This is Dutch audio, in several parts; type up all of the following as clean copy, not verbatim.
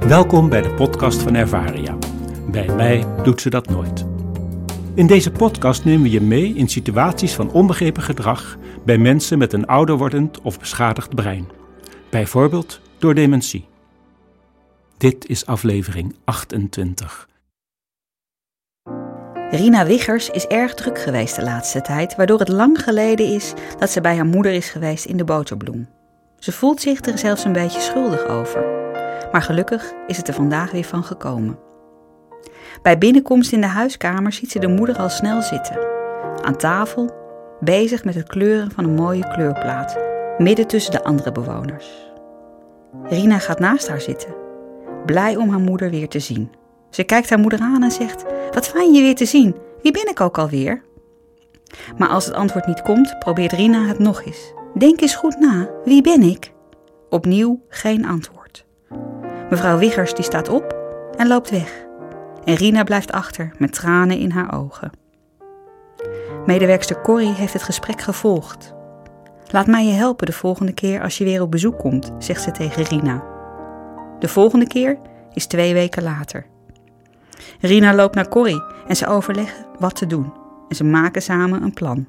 Welkom bij de podcast van Ervaria. Bij mij doet ze dat nooit. In deze podcast nemen we je mee in situaties van onbegrepen gedrag bij mensen met een ouder wordend of beschadigd brein. Bijvoorbeeld door dementie. Dit is aflevering 28. Rina Wiggers is erg druk geweest de laatste tijd, waardoor het lang geleden is dat ze bij haar moeder is geweest in de Boterbloem. Ze voelt zich er zelfs een beetje schuldig over. Maar gelukkig is het er vandaag weer van gekomen. Bij binnenkomst in de huiskamer ziet ze de moeder al snel zitten. Aan tafel, bezig met het kleuren van een mooie kleurplaat, midden tussen de andere bewoners. Rina gaat naast haar zitten, blij om haar moeder weer te zien. Ze kijkt haar moeder aan en zegt: "Wat fijn je weer te zien. Wie ben ik ook alweer?" Maar als het antwoord niet komt, probeert Rina het nog eens. "Denk eens goed na. Wie ben ik?" Opnieuw geen antwoord. Mevrouw Wiggers die staat op en loopt weg. En Rina blijft achter met tranen in haar ogen. Medewerkster Corrie heeft het gesprek gevolgd. "Laat mij je helpen de volgende keer als je weer op bezoek komt," zegt ze tegen Rina. De volgende keer is 2 weken later. Rina loopt naar Corrie en ze overleggen wat te doen. En ze maken samen een plan.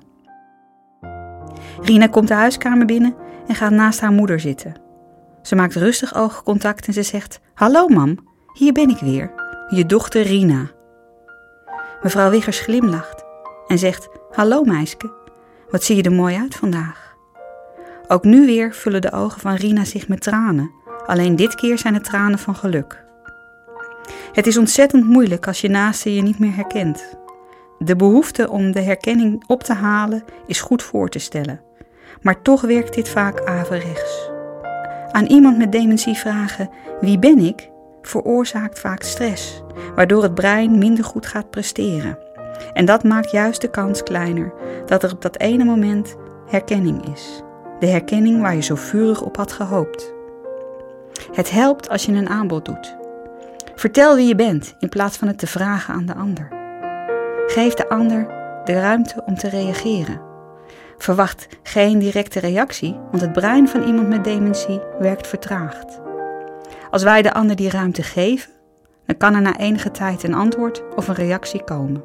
Rina komt de huiskamer binnen en gaat naast haar moeder zitten. Ze maakt rustig oogcontact en ze zegt: "Hallo mam, hier ben ik weer, je dochter Rina." Mevrouw Wiggers glimlacht en zegt: "Hallo meisje, wat zie je er mooi uit vandaag." Ook nu weer vullen de ogen van Rina zich met tranen, alleen dit keer zijn het tranen van geluk. Het is ontzettend moeilijk als je naaste je niet meer herkent. De behoefte om de herkenning op te halen is goed voor te stellen, maar toch werkt dit vaak averechts. Aan iemand met dementie vragen: "Wie ben ik?" veroorzaakt vaak stress, waardoor het brein minder goed gaat presteren. En dat maakt juist de kans kleiner dat er op dat ene moment herkenning is. De herkenning waar je zo vurig op had gehoopt. Het helpt als je een aanbod doet. Vertel wie je bent in plaats van het te vragen aan de ander. Geef de ander de ruimte om te reageren. Verwacht geen directe reactie, want het brein van iemand met dementie werkt vertraagd. Als wij de ander die ruimte geven, dan kan er na enige tijd een antwoord of een reactie komen.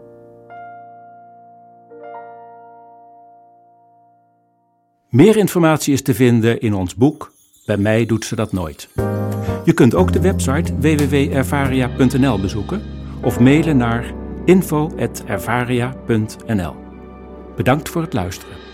Meer informatie is te vinden in ons boek Bij mij doet ze dat nooit. Je kunt ook de website www.ervaria.nl bezoeken of mailen naar info@ervaria.nl. Bedankt voor het luisteren.